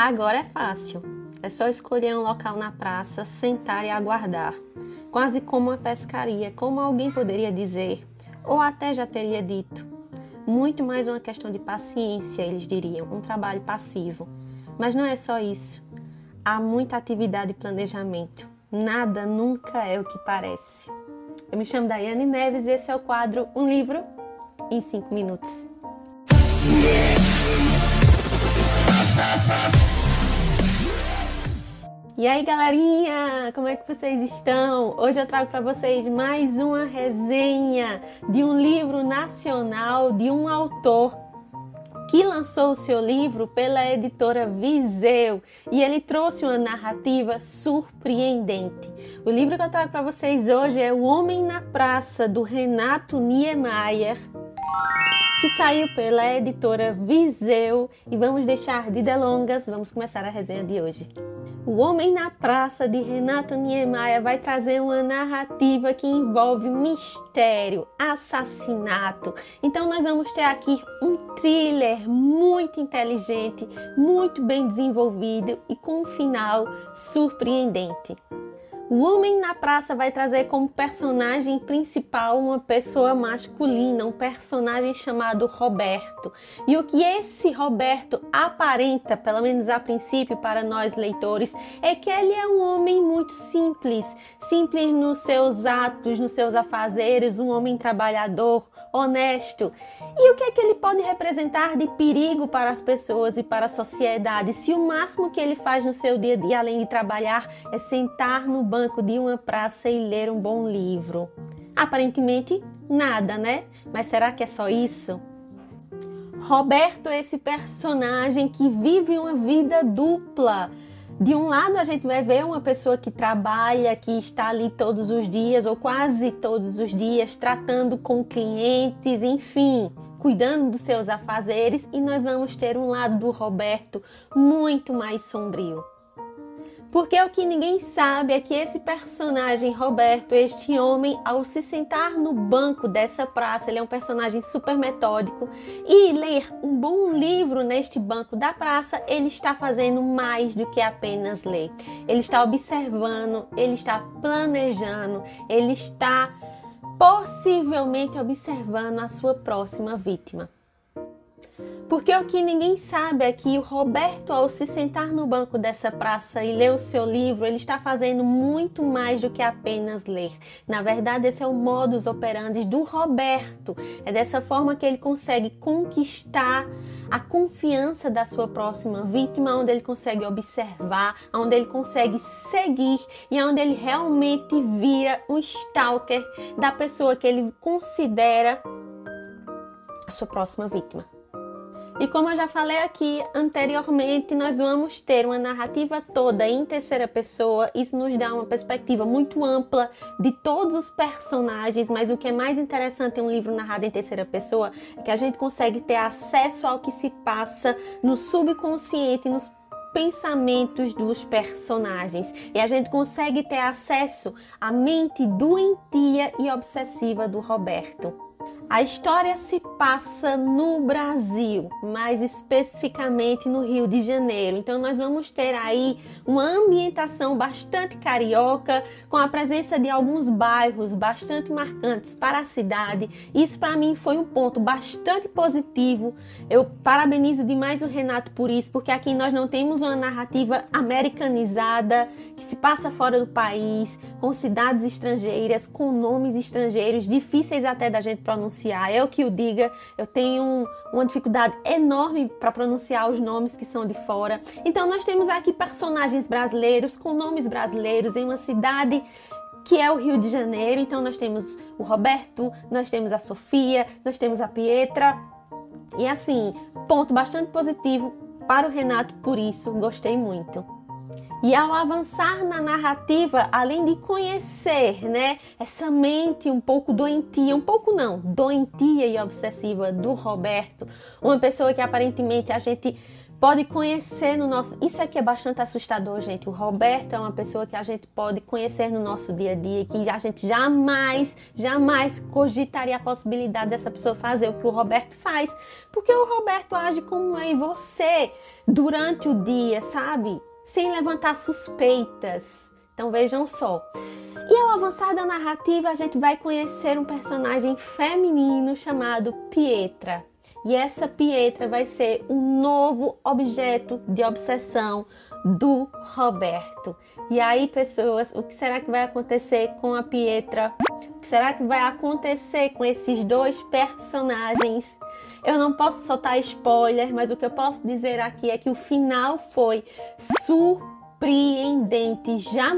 Agora é fácil. É só escolher um local na praça, sentar e aguardar. Quase como uma pescaria, como alguém poderia dizer, ou até já teria dito. Muito mais uma questão de paciência, eles diriam, um trabalho passivo. Mas não é só isso. Há muita atividade e planejamento. Nada nunca é o que parece. Eu me chamo Daiane Neves e esse é o quadro Um Livro em 5 Minutos. E aí, galerinha, como é que vocês estão? Hoje eu trago para vocês mais uma resenha de um livro nacional de um autor que lançou o seu livro pela editora Viseu e ele trouxe uma narrativa surpreendente. O livro que eu trago para vocês hoje é O Homem na Praça, do Renato Niemeyer, que saiu pela editora Viseu, e vamos deixar de delongas, vamos começar a resenha de hoje. O Homem na Praça, de Renato Niemeyer, vai trazer uma narrativa que envolve mistério, assassinato. Então nós vamos ter aqui um thriller muito inteligente, muito bem desenvolvido e com um final surpreendente. O Homem na Praça vai trazer como personagem principal uma pessoa masculina, um personagem chamado Roberto. E o que esse Roberto aparenta, pelo menos a princípio para nós leitores, é que ele é um homem muito simples, simples nos seus atos, nos seus afazeres, um homem trabalhador, honesto. E o que é que ele pode representar de perigo para as pessoas e para a sociedade, se o máximo que ele faz no seu dia a dia, além de trabalhar, é sentar no banco de uma praça e ler um bom livro? Aparentemente, nada, né? Mas será que é só isso? Roberto é esse personagem que vive uma vida dupla. De um lado, a gente vai ver uma pessoa que trabalha, que está ali todos os dias, ou quase todos os dias, tratando com clientes, enfim, cuidando dos seus afazeres, e nós vamos ter um lado do Roberto muito mais sombrio. Porque o que ninguém sabe é que esse personagem, Roberto, este homem, ao se sentar no banco dessa praça, ele é um personagem super metódico, e ler um bom livro neste banco da praça, ele está fazendo mais do que apenas ler. Ele está observando, ele está planejando, ele está possivelmente observando a sua próxima vítima. Porque o que ninguém sabe é que o Roberto, ao se sentar no banco dessa praça e ler o seu livro, ele está fazendo muito mais do que apenas ler. Na verdade, esse é o modus operandi do Roberto. É dessa forma que ele consegue conquistar a confiança da sua próxima vítima, onde ele consegue observar, onde ele consegue seguir e onde ele realmente vira um stalker da pessoa que ele considera a sua próxima vítima. E como eu já falei aqui anteriormente, nós vamos ter uma narrativa toda em terceira pessoa. Isso nos dá uma perspectiva muito ampla de todos os personagens, mas o que é mais interessante em um livro narrado em terceira pessoa é que a gente consegue ter acesso ao que se passa no subconsciente, nos pensamentos dos personagens, e a gente consegue ter acesso à mente doentia e obsessiva do Roberto. A história se passa no Brasil, mais especificamente no Rio de Janeiro. Então nós vamos ter aí uma ambientação bastante carioca, com a presença de alguns bairros bastante marcantes para a cidade. Isso para mim foi um ponto bastante positivo. Eu parabenizo demais o Renato por isso, porque aqui nós não temos uma narrativa americanizada, que se passa fora do país, com cidades estrangeiras, com nomes estrangeiros, difíceis até da gente pronunciar. Eu que o diga, eu tenho uma dificuldade enorme para pronunciar os nomes que são de fora. Então nós temos aqui personagens brasileiros com nomes brasileiros em uma cidade que é o Rio de Janeiro. Então nós temos o Roberto, nós temos a Sofia, nós temos a Pietra. E assim, ponto bastante positivo para o Renato, por isso gostei muito. E ao avançar na narrativa, além de conhecer, né, essa mente um pouco doentia, um pouco não, doentia e obsessiva do Roberto, uma pessoa que aparentemente a gente pode conhecer no nosso... Isso aqui é bastante assustador, gente. O Roberto é uma pessoa que a gente pode conhecer no nosso dia a dia, que a gente jamais cogitaria a possibilidade dessa pessoa fazer o que o Roberto faz, porque o Roberto age como é em você durante o dia, sabe? Sem levantar suspeitas. Então vejam só. E ao avançar da narrativa, a gente vai conhecer um personagem feminino chamado Pietra. E essa Pietra vai ser um novo objeto de obsessão do Roberto. E aí, pessoas, o que será que vai acontecer com a Pietra? O que será que vai acontecer com esses dois personagens? Eu não posso soltar spoiler, mas o que eu posso dizer aqui é que o final foi surpreendente.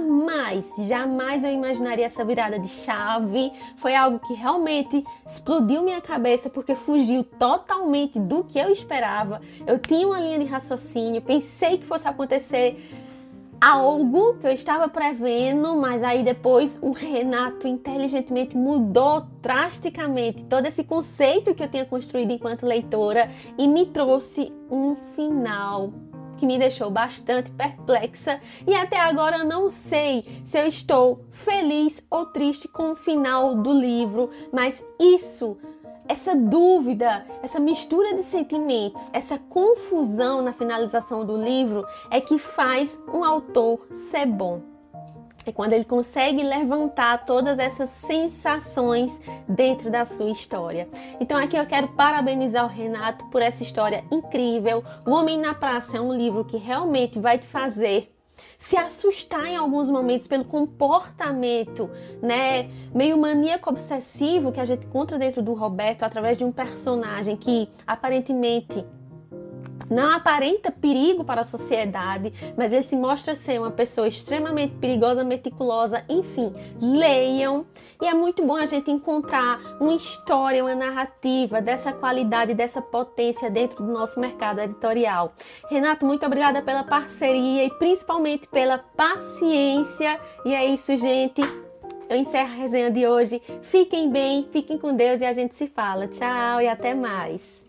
Jamais eu imaginaria essa virada de chave. Foi algo que realmente explodiu minha cabeça, porque fugiu totalmente do que eu esperava. Eu tinha uma linha de raciocínio, pensei que fosse acontecer algo que eu estava prevendo, mas aí depois o Renato inteligentemente mudou drasticamente todo esse conceito que eu tinha construído enquanto leitora e me trouxe um final que me deixou bastante perplexa, e até agora eu não sei se eu estou feliz ou triste com o final do livro, mas essa dúvida, essa mistura de sentimentos, essa confusão na finalização do livro é que faz um autor ser bom. É quando ele consegue levantar todas essas sensações dentro da sua história. Então aqui eu quero parabenizar o Renato por essa história incrível. O Homem na Praça é um livro que realmente vai te fazer se assustar em alguns momentos pelo comportamento, né, meio maníaco obsessivo que a gente encontra dentro do Roberto através de um personagem que aparentemente não aparenta perigo para a sociedade, mas ele se mostra ser uma pessoa extremamente perigosa, meticulosa, enfim, leiam. E é muito bom a gente encontrar uma história, uma narrativa dessa qualidade, dessa potência dentro do nosso mercado editorial. Renato, muito obrigada pela parceria e principalmente pela paciência. E é isso, gente. Eu encerro a resenha de hoje. Fiquem bem, fiquem com Deus e a gente se fala. Tchau e até mais.